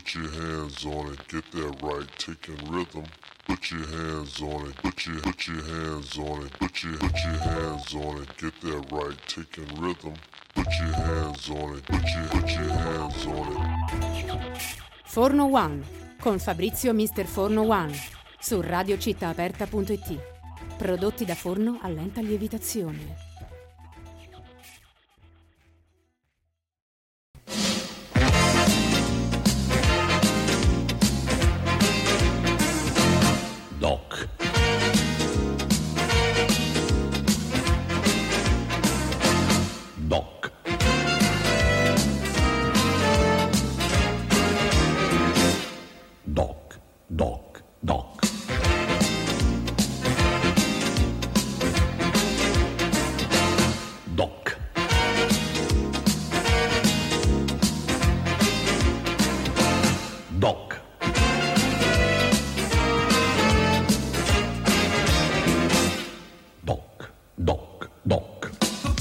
Put your hands on it, get that right, taking rhythm. Put your hands on it, put your hands on it, put your hands on it, get that right, taking rhythm. Put your hands on it, put your hands on it. Forno One con Fabrizio Mister Forno One su radiocittaaperta.it. Prodotti da forno a lenta lievitazione. Doc. Doc. Doc. Doc. Doc. Doc. Doc. Doc, doc, doc.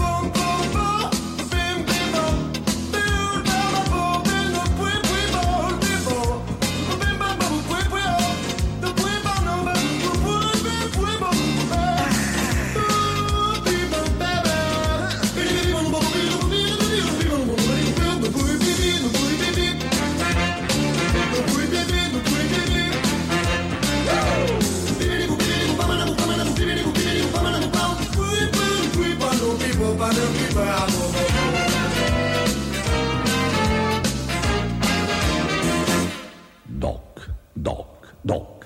Doc, doc, doc.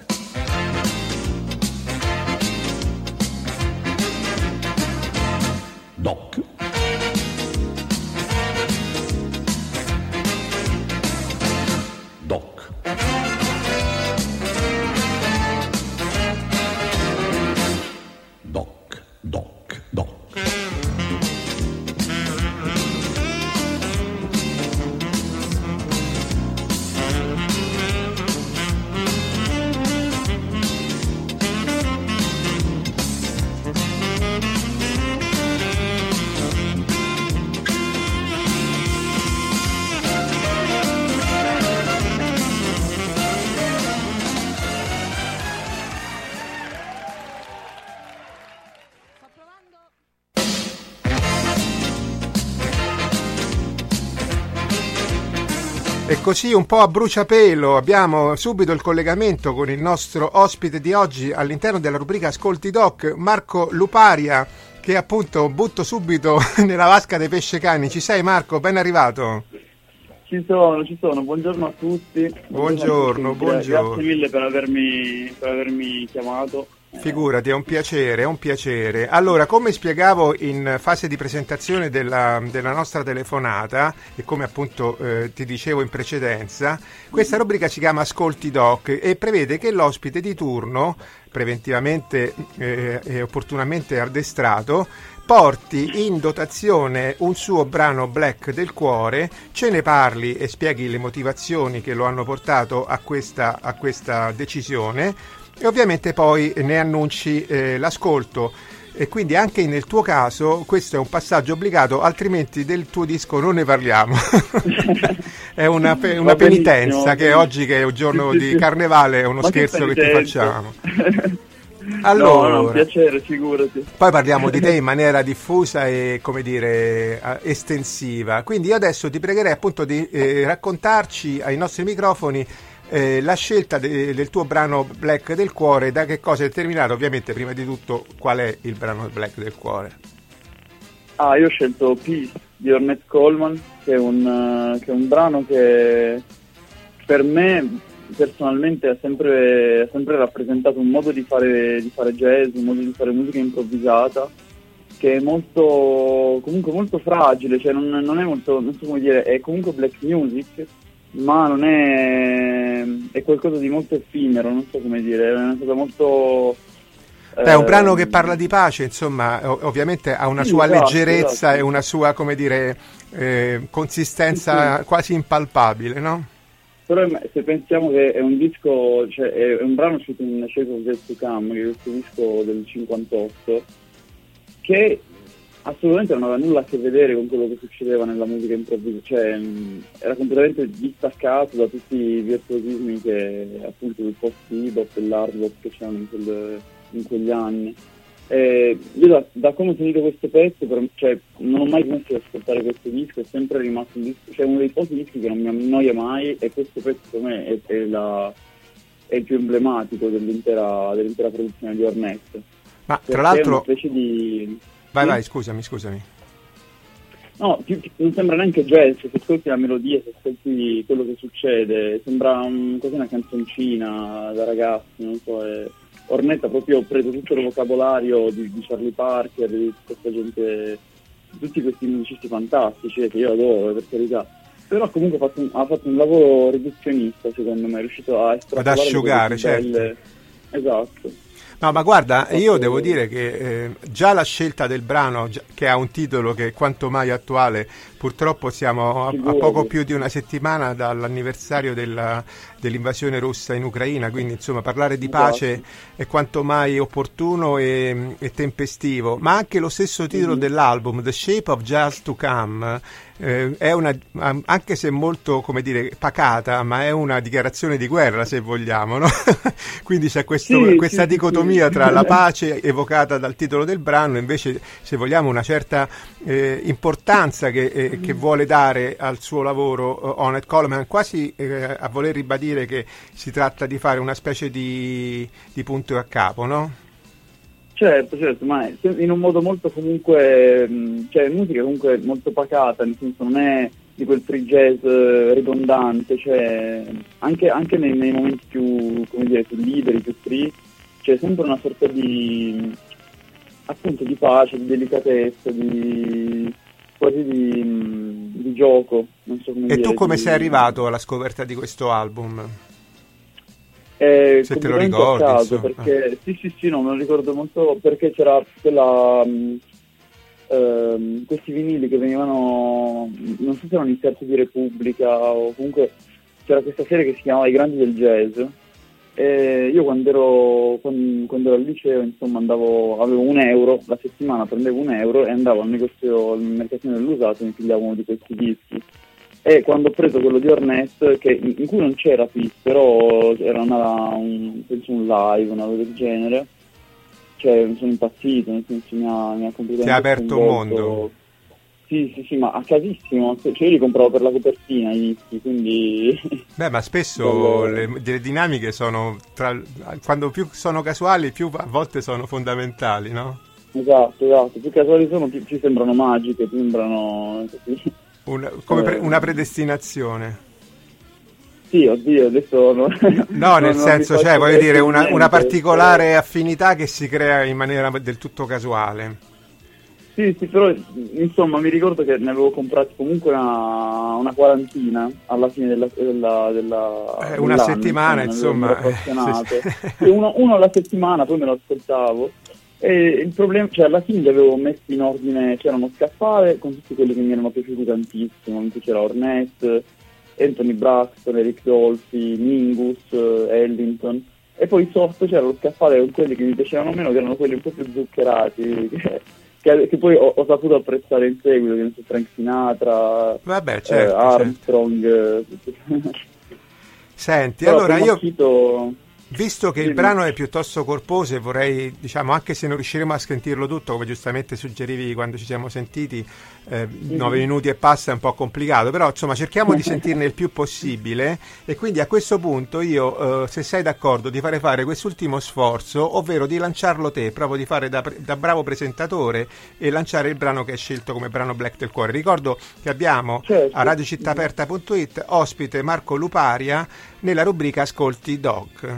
Doc. Doc. Doc, doc, doc. E così un po' a bruciapelo abbiamo subito il collegamento con il nostro ospite di oggi all'interno della rubrica Ascolti Doc, Marco Luparia, che appunto butto subito nella vasca dei pescecani. Ci sei, Marco? Ben arrivato. Ci sono, buongiorno a tutti. Buongiorno. Grazie mille per avermi chiamato. Figurati, è un piacere. Allora, come spiegavo in fase di presentazione della nostra telefonata e come appunto ti dicevo in precedenza, questa rubrica si chiama Ascolti Doc e prevede che l'ospite di turno, preventivamente e opportunamente addestrato, porti in dotazione un suo brano black del cuore, ce ne parli e spieghi le motivazioni che lo hanno portato a questa decisione e ovviamente poi ne annunci l'ascolto. E quindi anche nel tuo caso questo è un passaggio obbligato, altrimenti del tuo disco non ne parliamo. È una penitenza che oggi, che è un giorno di carnevale, è uno scherzo che ti facciamo. Allora, no, un piacere, figurati. Poi parliamo di te in maniera diffusa e, come dire, estensiva. Quindi io adesso ti pregherei appunto di raccontarci ai nostri microfoni la scelta del tuo brano black del cuore, da che cosa è determinato. Ovviamente, prima di tutto, qual è il brano black del cuore? Io ho scelto Peace di Ornette Coleman, che è un brano che per me personalmente ha sempre rappresentato un modo di fare jazz, un modo di fare musica improvvisata, che è comunque molto fragile, cioè non è molto, non so come dire, è comunque black music, ma non è qualcosa di molto effimero, non so come dire, è una cosa molto... È un brano che parla di pace, insomma, ovviamente ha una sua leggerezza, esatto. E una sua, come dire, consistenza quasi impalpabile, no? Però se pensiamo che è un disco, cioè è un brano uscito in Shape of Death to Come, che è questo disco del 58, che assolutamente non aveva nulla a che vedere con quello che succedeva nella musica improvvisa, cioè era completamente distaccato da tutti i virtuosismi che appunto del post-bebop e l'hard rock che c'erano in quegli anni. Io da come ho sentito questo pezzo, cioè, non ho mai smesso di ascoltare questo disco, è sempre rimasto un disco, cioè uno dei pochi dischi che non mi annoia mai, e questo pezzo per me è il più emblematico dell'intera produzione di Ornette. Ma Perché tra l'altro... è una specie di... Vai, scusami. No, non sembra neanche jazz, se ascolti la melodia, se ascolti quello che succede, sembra così una canzoncina da ragazzi, non so, Ornette ha proprio preso tutto il vocabolario di Charlie Parker, di questa gente, di tutti questi musicisti fantastici che io adoro, per carità. Però comunque ha fatto un lavoro riduzionista, secondo me, è riuscito a estrapolare ad asciugare, certo. Esatto. No, ma guarda, io devo dire che già la scelta del brano, che ha un titolo che è quanto mai attuale, purtroppo siamo a poco più di una settimana dall'anniversario dell'invasione russa in Ucraina, quindi insomma parlare di pace è quanto mai opportuno e tempestivo, ma anche lo stesso titolo dell'album, The Shape of Jazz to Come, è una, anche se molto, come dire, pacata, ma è una dichiarazione di guerra, se vogliamo, no? Quindi c'è questa dicotomia tra la pace evocata dal titolo del brano, invece, se vogliamo, una certa importanza che vuole dare al suo lavoro Ornette Coleman, quasi a voler ribadire che si tratta di fare una specie di punto a capo, no? Certo, ma in un modo molto comunque, cioè musica comunque molto pacata, nel senso non è di quel free jazz ridondante, cioè anche nei momenti più, come dire, più liberi, più free, c'è sempre una sorta di, appunto, di pace, di delicatezza, quasi di gioco, non so come dire. E tu come sei arrivato alla scoperta di questo album? Se te lo ricordi, a caso, perché sì, no, me lo ricordo molto, perché c'era quella questi vinili che venivano, non so se erano in terzo di Repubblica o comunque c'era questa serie che si chiamava I Grandi del Jazz, e io quando ero al liceo, insomma, avevo €1 la settimana, prendevo €1 e andavo al mercatino dell'usato e mi pigliavo uno di questi dischi. E quando ho preso quello di Ornette, in cui non c'era Peace, però era penso un live, una cosa del genere, cioè mi sono impazzito, nel senso mi ha completamente... Ti ha aperto un mondo. Sì, ma a casissimo, cioè io li compravo per la copertina i dischi, quindi... Beh, ma spesso le dinamiche sono, quando più sono casuali, più a volte sono fondamentali, no? Esatto, più casuali sono, più sembrano magiche, più sembrano... così. Una predestinazione. Sì, oddio, adesso no, nel senso, cioè, voglio dire, una particolare affinità che si crea in maniera del tutto casuale. Sì, però insomma mi ricordo che ne avevo comprati comunque una quarantina alla fine della una settimana, insomma. Uno alla settimana, poi me lo ascoltavo. E il problema, cioè alla fine li avevo messi in ordine, c'erano scaffale con tutti quelli che mi erano piaciuti tantissimo, in cui c'era Ornette, Anthony Braxton, Eric Dolphy, Mingus, Ellington, e poi sotto c'era lo scaffale con quelli che mi piacevano meno, che erano quelli un po' più zuccherati, che poi ho saputo apprezzare in seguito, che ne so, Frank Sinatra, vabbè, certo, Armstrong. Senti, però allora io... Visto che il brano è piuttosto corposo e vorrei, diciamo, anche se non riusciremo a sentirlo tutto, come giustamente suggerivi quando ci siamo sentiti, 9 minuti e passa è un po' complicato, però insomma cerchiamo di sentirne il più possibile, e quindi a questo punto io, se sei d'accordo, di fare quest'ultimo sforzo, ovvero di lanciarlo te, proprio di fare da bravo presentatore e lanciare il brano che hai scelto come brano Black del Cuore. Ricordo che abbiamo a radiocittaaperta.it ospite Marco Luparia nella rubrica Ascolti Doc.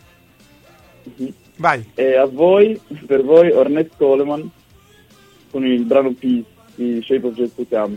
Vai. E per voi Ornette Coleman con il brano Peace di Shape of Jazz to Come.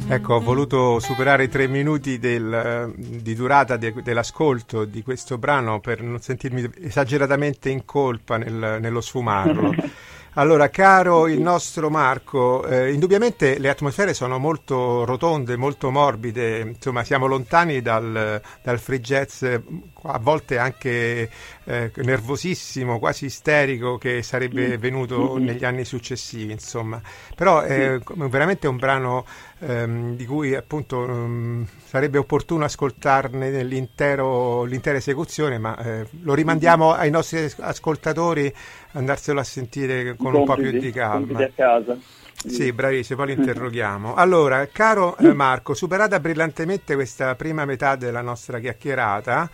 Ecco, ho voluto superare i 3 minuti di durata dell'ascolto di questo brano per non sentirmi esageratamente in colpa nello sfumarlo. Allora, caro il nostro Marco, indubbiamente le atmosfere sono molto rotonde, molto morbide, insomma siamo lontani dal free jazz, a volte anche nervosissimo, quasi isterico, che sarebbe venuto negli anni successivi, insomma. Però è veramente un brano di cui appunto sarebbe opportuno ascoltarne l'intera esecuzione, ma lo rimandiamo ai nostri ascoltatori, andarselo a sentire con un po' più di calma. A casa. Sì, bravissimo, poi li interroghiamo. Allora, caro Marco, superata brillantemente questa prima metà della nostra chiacchierata,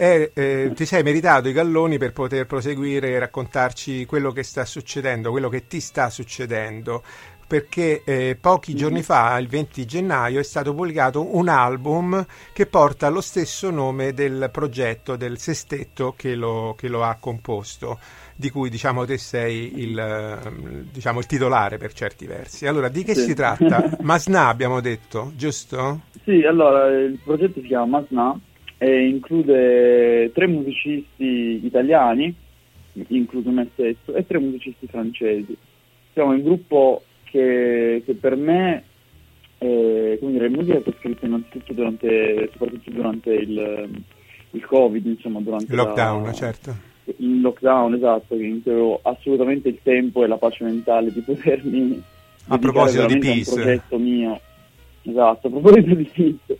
ti sei meritato i galloni per poter proseguire e raccontarci quello che sta succedendo, quello che ti sta succedendo, perché pochi giorni fa, il 20 gennaio, è stato pubblicato un album che porta lo stesso nome del progetto, del sestetto che lo ha composto, di cui diciamo te sei il titolare per certi versi. Allora, di che si tratta? Masnà abbiamo detto, giusto? Sì, allora il progetto si chiama Masnà e include 3 musicisti italiani, incluso me stesso, e 3 musicisti francesi. Siamo un gruppo che per me come dire, musica che ho scritto innanzitutto soprattutto durante il Covid, insomma, durante il lockdown, certo. Il lockdown, esatto, in cui avevo assolutamente il tempo e la pace mentale di potermi a proposito di Peace, un progetto mio. Esatto, a proposito di Peace.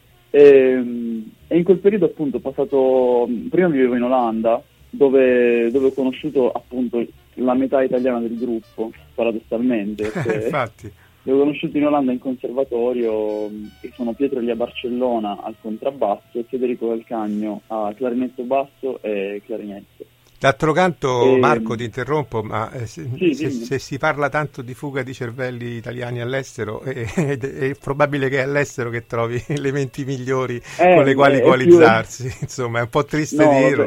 E in quel periodo appunto ho passato, prima vivevo in Olanda, dove ho conosciuto appunto la metà italiana del gruppo, paradossalmente. Infatti. Li ho conosciuti in Olanda in conservatorio, che sono Pietro Elia Barcellona al contrabbasso e Federico Calcagno a clarinetto basso e clarinetto. D'altro canto, Marco, ti interrompo, ma sì, se si parla tanto di fuga di cervelli italiani all'estero, è probabile che è all'estero che trovi elementi migliori con le quali equalizzarsi. Insomma, è un po' triste dirlo.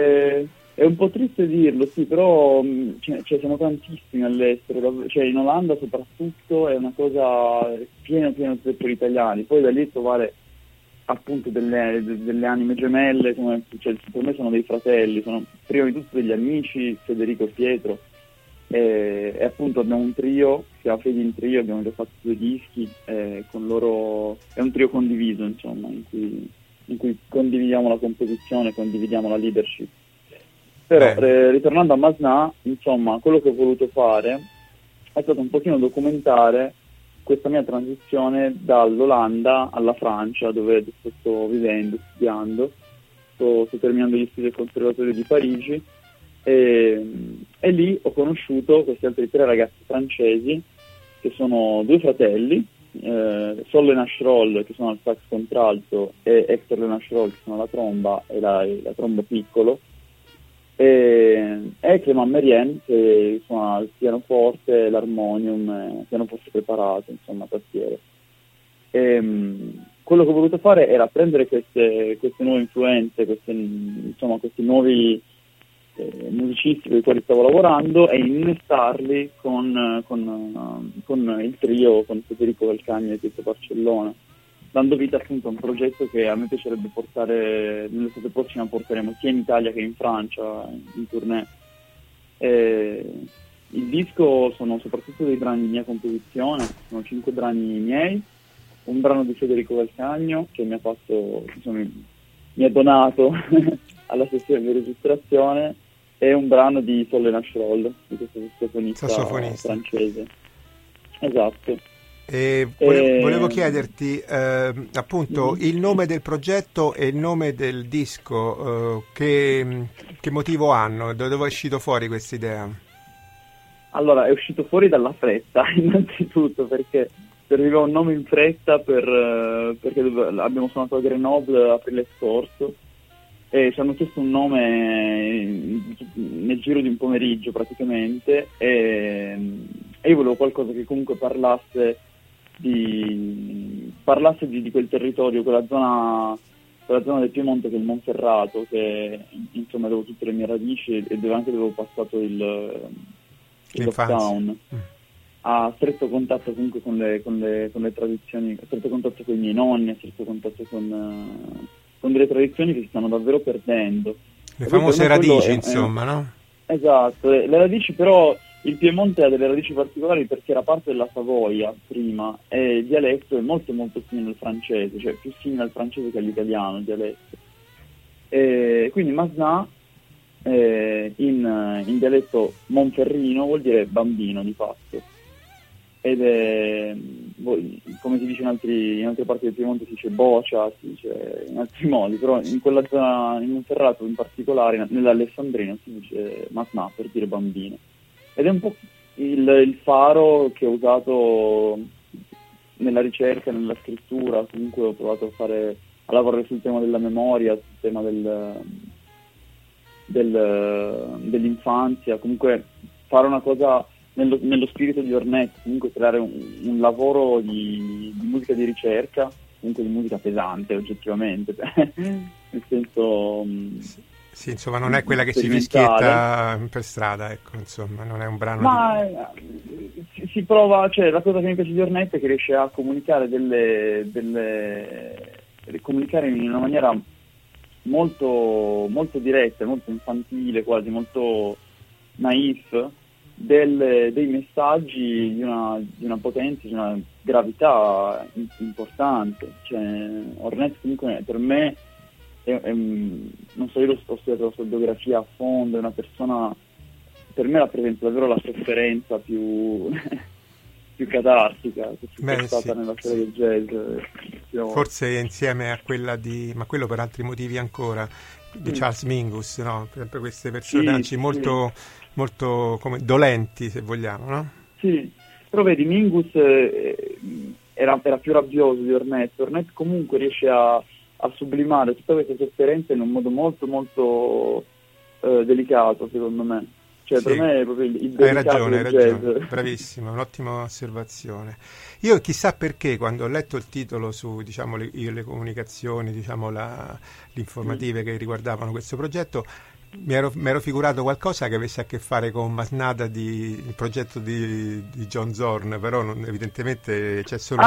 È un po' triste dirlo, sì, però siamo tantissimi all'estero, cioè in Olanda soprattutto è una cosa pieno di spettatori italiani, poi da lì trovare appunto delle anime gemelle, cioè, per me sono dei fratelli, sono prima di tutto degli amici, Federico e Pietro, e appunto abbiamo un trio, si chiama Fedin Trio, abbiamo già fatto 2 dischi, con loro è un trio condiviso, insomma, in cui condividiamo la composizione, condividiamo la leadership. Però ritornando a Masnà, insomma, quello che ho voluto fare è stato un pochino documentare questa mia transizione dall'Olanda alla Francia, dove sto vivendo, studiando, sto terminando gli studi al Conservatorio di Parigi e lì ho conosciuto questi altri 3 ragazzi francesi che sono 2 fratelli, Sol Lenachroll che sono al sax contralto e Hector Lenachroll che sono alla tromba e la tromba piccolo, e Clément Merien che suona il pianoforte, l'armonium, pianoforte preparato, insomma, tastiere. Quello che ho voluto fare era prendere queste nuove influenze, questi nuovi musicisti con i quali stavo lavorando e innestarli con il trio, con Federico Calcagno e Pietro Barcellona, dando vita appunto a un progetto che a me piacerebbe portare, nell'estate prossima porteremo sia in Italia che in Francia, in tournée. Il disco sono soprattutto dei brani di mia composizione, sono 5 brani miei, un brano di Federico Calcagno che mi ha donato alla sessione di registrazione e un brano di Sol Lenachroll, di questo sassofonista francese. Esatto. Volevo chiederti appunto il nome del progetto e il nome del disco, che motivo hanno? Da dove è uscito fuori questa idea? Allora, è uscito fuori dalla fretta, innanzitutto perché serviva un nome in fretta perché abbiamo suonato a Grenoble aprile scorso e ci hanno chiesto un nome nel giro di un pomeriggio praticamente e io volevo qualcosa che comunque parlasse di quel territorio, quella zona del Piemonte che è il Monferrato, che insomma avevo tutte le mie radici e dove anche avevo passato il lockdown. a stretto contatto comunque con le tradizioni, a stretto contatto con i miei nonni, a stretto contatto con delle tradizioni che si stanno davvero perdendo. Le famose radici, insomma, no? Esatto, le radici, però il Piemonte ha delle radici particolari perché era parte della Savoia prima e il dialetto è molto molto simile al francese, cioè più simile al francese che all'italiano il dialetto. E quindi Masnà in dialetto monferrino vuol dire bambino di fatto, ed è, come si dice in altre parti del Piemonte si dice boccia, si dice in altri modi, però in quella zona, in Monferrato in particolare, nell'Alessandrino si dice Masnà per dire bambino, ed è un po' il faro che ho usato nella ricerca, nella scrittura. Comunque ho provato a lavorare sul tema della memoria, sul tema dell'infanzia, comunque fare una cosa nello spirito di Ornette, comunque creare un lavoro di musica di ricerca, comunque di musica pesante oggettivamente, nel senso... Sì, insomma, non è quella che si fischietta per strada, ecco, insomma, non è un brano. Ma si prova, cioè la cosa che mi piace di Ornette è che riesce a comunicare comunicare in una maniera molto, molto diretta, molto infantile, quasi molto naif, dei messaggi di una potenza, di una gravità importante. Cioè, Ornette comunque per me non so, io ho studiato la sua biografia a fondo, è una persona, per me rappresenta davvero la sofferenza più catartica che c'è stata nella storia del jazz. Forse insieme a quella ma quello per altri motivi ancora, di Charles Mingus, no? Per queste personaggi molto come dolenti, se vogliamo, no? Sì, però vedi, Mingus era più rabbioso di Ornette. Ornette comunque riesce a sublimare tutta questa sofferenza in un modo molto molto delicato, secondo me. Cioè, per me è proprio il delicato hai del ragione, jazz. Bravissimo, un'ottima osservazione. Io chissà perché, quando ho letto il titolo su, diciamo, le comunicazioni, diciamo, le informative che riguardavano questo progetto, mi ero figurato qualcosa che avesse a che fare con Masnada, il progetto di John Zorn, però evidentemente c'è solo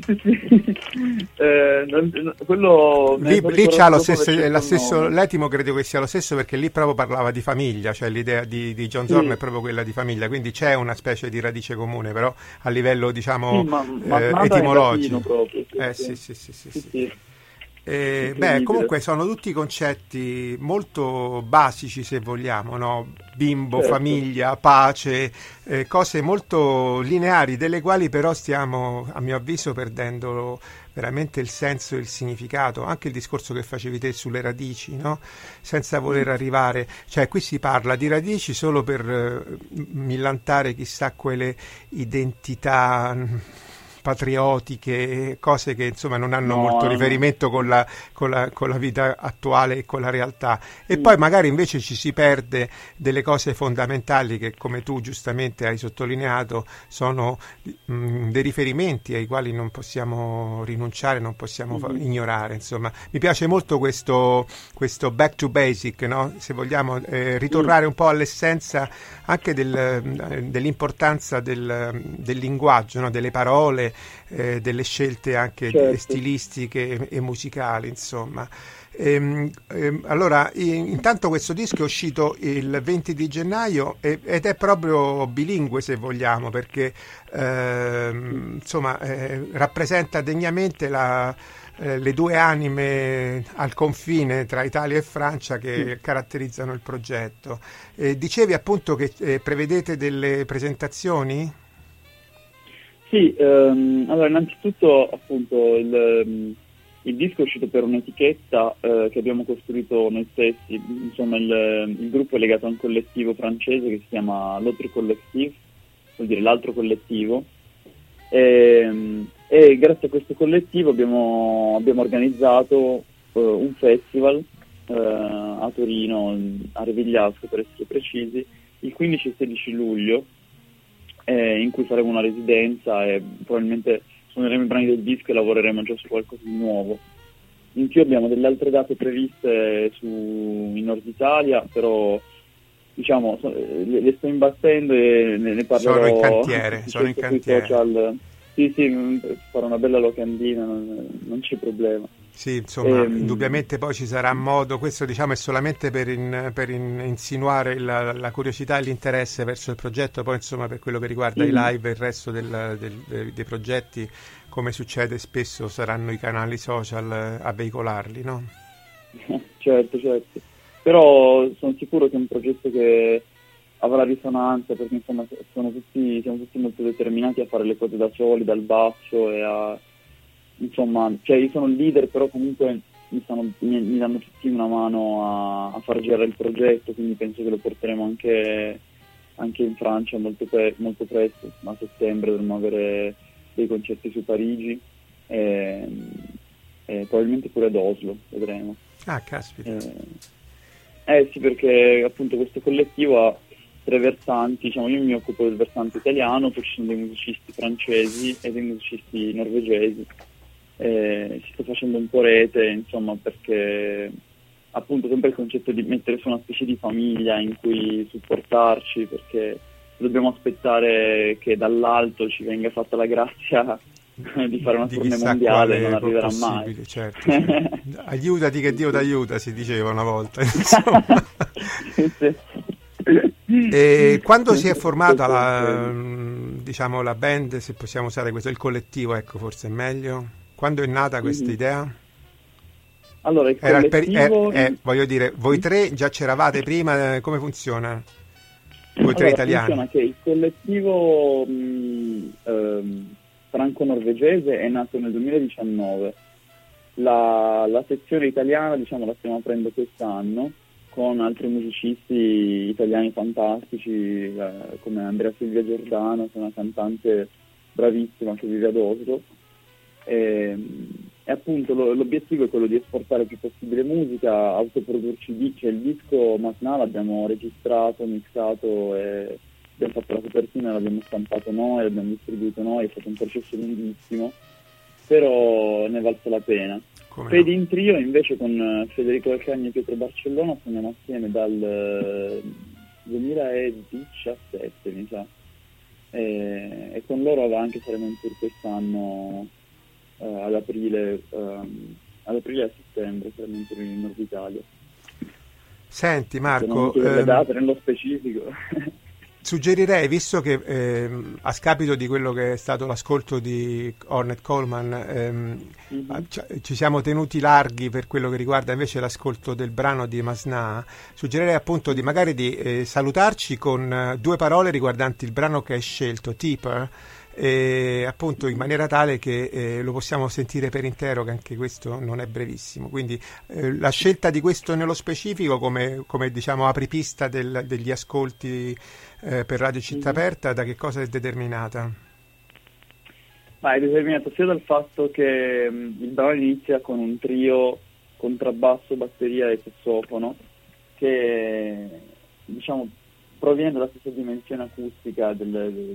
quello lì c'ha lo stesso l'etimo, credo che sia lo stesso, perché lì proprio parlava di famiglia, cioè l'idea di John Zorn è proprio quella di famiglia, quindi c'è una specie di radice comune, però a livello, diciamo, etimologico proprio, sì. Comunque sono tutti concetti molto basici, se vogliamo, no? Bimbo, certo. Famiglia, pace, cose molto lineari, delle quali però stiamo, a mio avviso, perdendo veramente il senso e il significato. Anche il discorso che facevi te sulle radici, no? Senza voler arrivare, cioè qui si parla di radici solo per millantare chissà quelle identità patriottiche, cose che insomma non hanno molto riferimento con la vita attuale e con la realtà, e poi magari invece ci si perde delle cose fondamentali che, come tu giustamente hai sottolineato, sono dei riferimenti ai quali non possiamo rinunciare, non possiamo ignorare. Insomma, mi piace molto questo back to basic, no? Se vogliamo ritornare un po' all'essenza anche dell'importanza del linguaggio, no? Delle parole, delle scelte anche stilistiche e musicali, insomma. Allora, intanto questo disco è uscito il 20 di gennaio ed è proprio bilingue, se vogliamo, perché rappresenta degnamente le due anime al confine tra Italia e Francia che caratterizzano il progetto. Dicevi appunto che prevedete delle presentazioni? Sì, allora innanzitutto appunto il disco è uscito per un'etichetta che abbiamo costruito noi stessi. Insomma, il gruppo è legato a un collettivo francese che si chiama L'Autre Collectif, vuol dire l'altro collettivo, e grazie a questo collettivo abbiamo organizzato un festival a Torino, a Revigliasco per essere precisi, il 15 e 16 luglio, in cui faremo una residenza e probabilmente suoneremo i brani del disco e lavoreremo già su qualcosa di nuovo. In più abbiamo delle altre date previste in Nord Italia, però diciamo, le sto imbattendo e ne parlerò. Sono in cantiere, sono in sui cantiere. social. Sì, farò una bella locandina, non c'è problema. Sì, insomma, indubbiamente poi ci sarà modo, questo diciamo è solamente per insinuare la curiosità e l'interesse verso il progetto, poi insomma per quello che riguarda i live e il resto dei progetti, come succede spesso, saranno i canali social a veicolarli, no? Certo. Però sono sicuro che è un progetto che avrà risonanza, perché insomma siamo tutti molto determinati a fare le cose da soli, dal basso e insomma, cioè io sono il leader, però comunque mi danno tutti una mano a far girare il progetto, quindi penso che lo porteremo anche in Francia molto presto, a settembre dovremo avere dei concerti su Parigi e probabilmente pure ad Oslo, vedremo. Ah, caspita. Sì, perché appunto questo collettivo ha 3 versanti, diciamo, io mi occupo del versante italiano, poi ci sono dei musicisti francesi e dei musicisti norvegesi. Si sta facendo un po' rete, insomma, perché appunto sempre il concetto di mettere su una specie di famiglia in cui supportarci, perché dobbiamo aspettare che dall'alto ci venga fatta la grazia di fare una tournée mondiale, non arriverà mai. Certo. Aiutati che Dio t'aiuta, si diceva una volta, insomma. Sì. E quando si è formata la band, se possiamo usare questo, il collettivo, ecco, forse è meglio. Quando è nata questa idea? Allora, il collettivo... voglio dire, voi 3 già c'eravate prima, come funziona? Voi 3 italiani? Funziona che il collettivo franco-norvegese è nato nel 2019. La sezione italiana, diciamo, la stiamo aprendo quest'anno con altri musicisti italiani fantastici, come Andrea Silvia Giordano, che è una cantante bravissima che vive ad Oslo. E appunto l'obiettivo è quello di esportare il più possibile musica, autoprodurci, cioè il disco Masna l'abbiamo registrato, mixato e abbiamo fatto la copertina, l'abbiamo stampato noi, l'abbiamo distribuito noi, è stato un processo lunghissimo, però ne valsa la pena. Fede in trio invece con Federico Calcagno e Pietro Barcellona suoniamo assieme dal 2017 mi sa, e con loro anche saremo in tour quest'anno ad aprile e a settembre saremo in tour in Nord Italia. Senti Marco, le date nello specifico. Suggerirei, visto che a scapito di quello che è stato l'ascolto di Ornette Coleman, ci siamo tenuti larghi per quello che riguarda invece l'ascolto del brano di Masna, suggerirei appunto di salutarci con 2 parole riguardanti il brano che hai scelto, Tipper, appunto in maniera tale che lo possiamo sentire per intero, che anche questo non è brevissimo, quindi la scelta di questo nello specifico come diciamo apripista degli ascolti per Radio Città Aperta, da che cosa è determinata? Ma è determinato sia dal fatto che il brano inizia con un trio contrabbasso, batteria e sassofono che diciamo proviene dalla stessa dimensione acustica di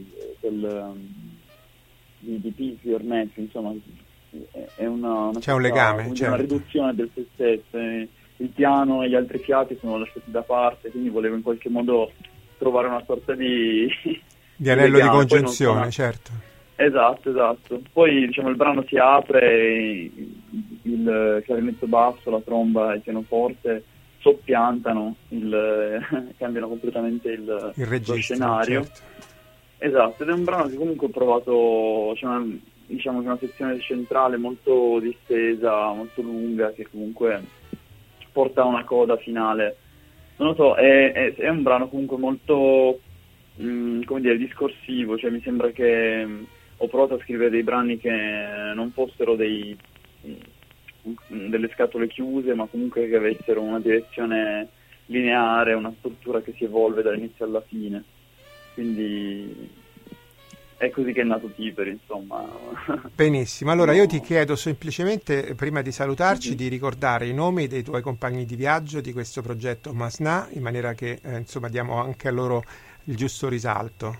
Peace Your Neck, insomma è c'è un legame, certo. Una riduzione del se stesso, il piano e gli altri fiati sono lasciati da parte, quindi volevo in qualche modo trovare una sorta di anello di congiunzione, certo. Esatto. Poi diciamo il brano si apre, il clarinetto basso, la tromba e il pianoforte soppiantano, cambiano completamente registro, lo scenario. Certo. Esatto, ed è un brano che comunque ho provato, c'è una sezione centrale molto distesa, molto lunga, che comunque porta a una coda finale. Non lo so, è un brano comunque molto, come dire, discorsivo, cioè mi sembra che ho provato a scrivere dei brani che non fossero delle scatole chiuse, ma comunque che avessero una direzione lineare, una struttura che si evolve dall'inizio alla fine. Quindi è così che è nato Tipper, insomma. Benissimo, allora io ti chiedo semplicemente, prima di salutarci, di ricordare i nomi dei tuoi compagni di viaggio di questo progetto Masna, in maniera che insomma diamo anche a loro il giusto risalto.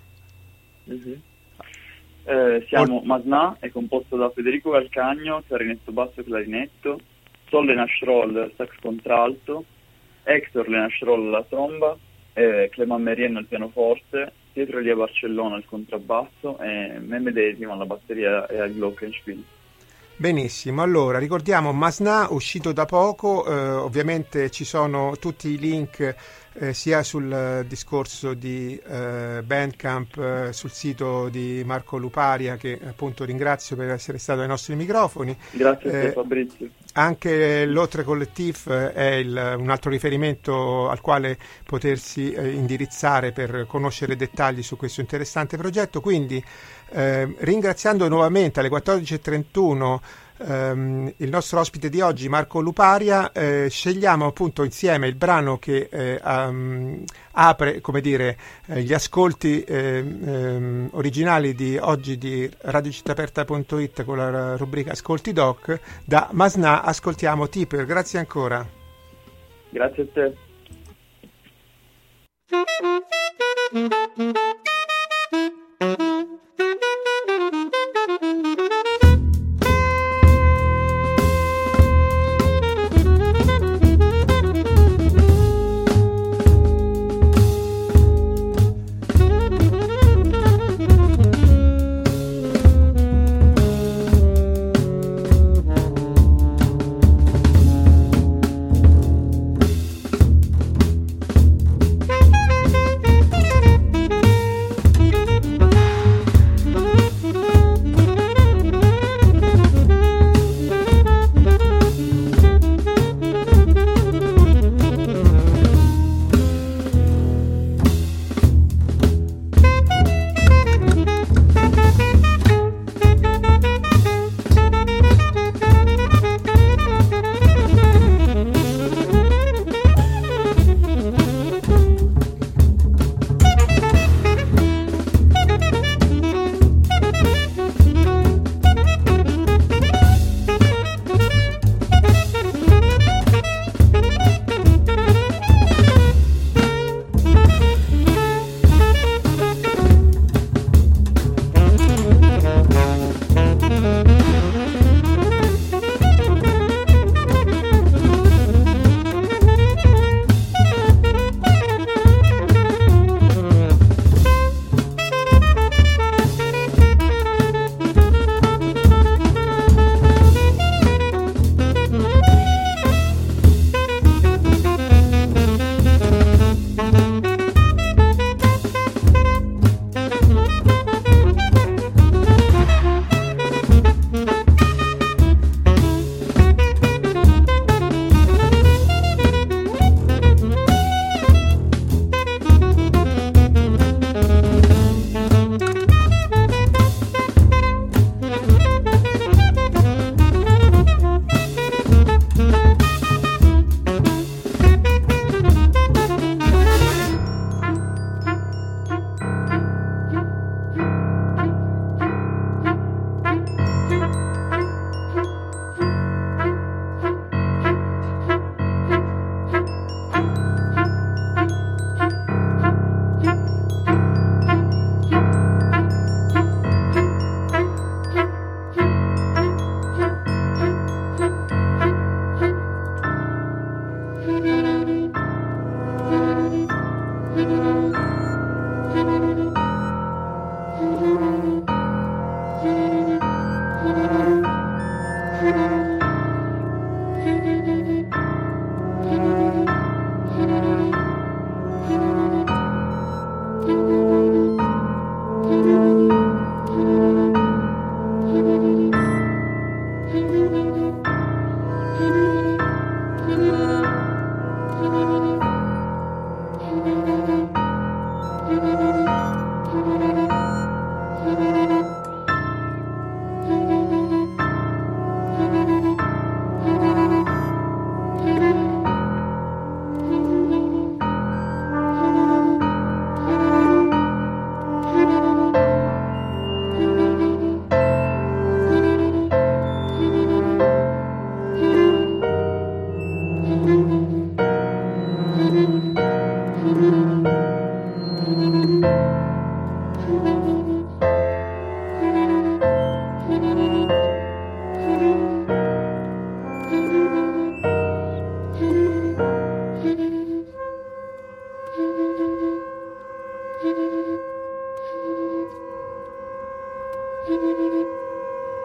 Masna è composto da Federico Calcagno, clarinetto basso e clarinetto, Sol Lenashroll sax contralto, Hector Lenashroll alla tromba, Clément Merien al pianoforte, Pietro Elia Barcellona al contrabbasso e me medesimo alla batteria e al glockenspiel. Benissimo, allora ricordiamo Masna, uscito da poco, ovviamente ci sono tutti i link sia sul discorso di Bandcamp, sul sito di Marco Luparia, che appunto ringrazio per essere stato ai nostri microfoni. Grazie a te, Fabrizio. Anche l'Autre Collectif è un altro riferimento al quale potersi indirizzare per conoscere dettagli su questo interessante progetto, quindi ringraziando nuovamente alle 14.31 il nostro ospite di oggi, Marco Luparia, scegliamo appunto insieme il brano che apre, come dire, gli ascolti originali di oggi di radiocittaaperta.it con la rubrica Ascolti Doc. Da Masna ascoltiamo Tipper. Grazie ancora. Grazie a te.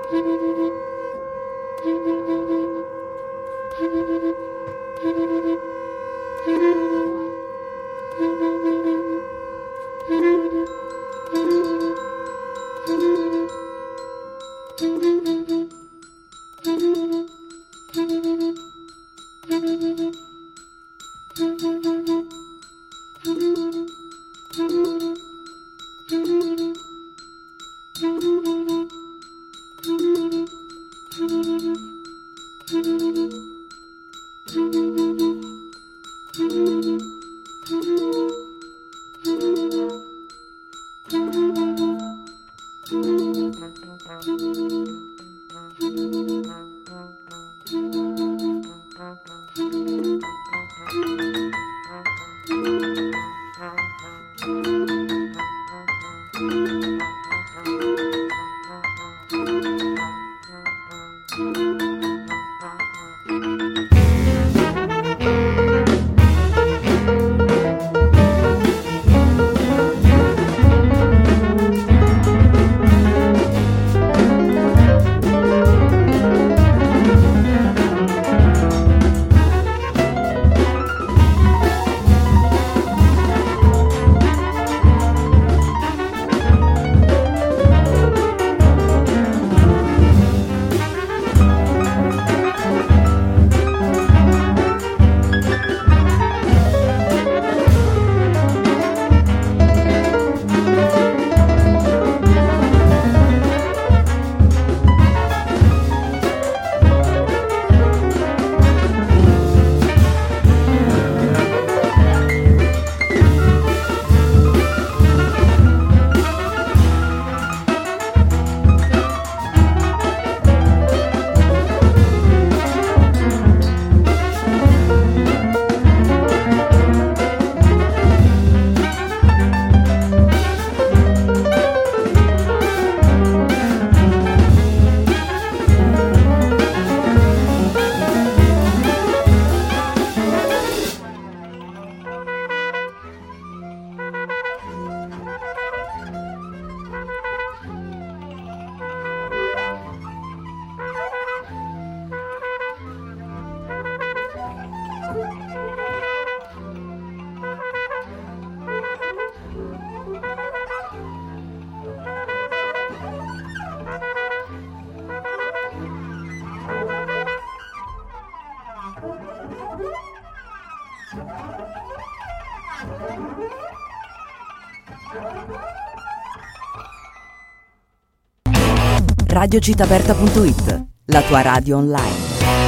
Radiocitaperta.it, la tua radio online.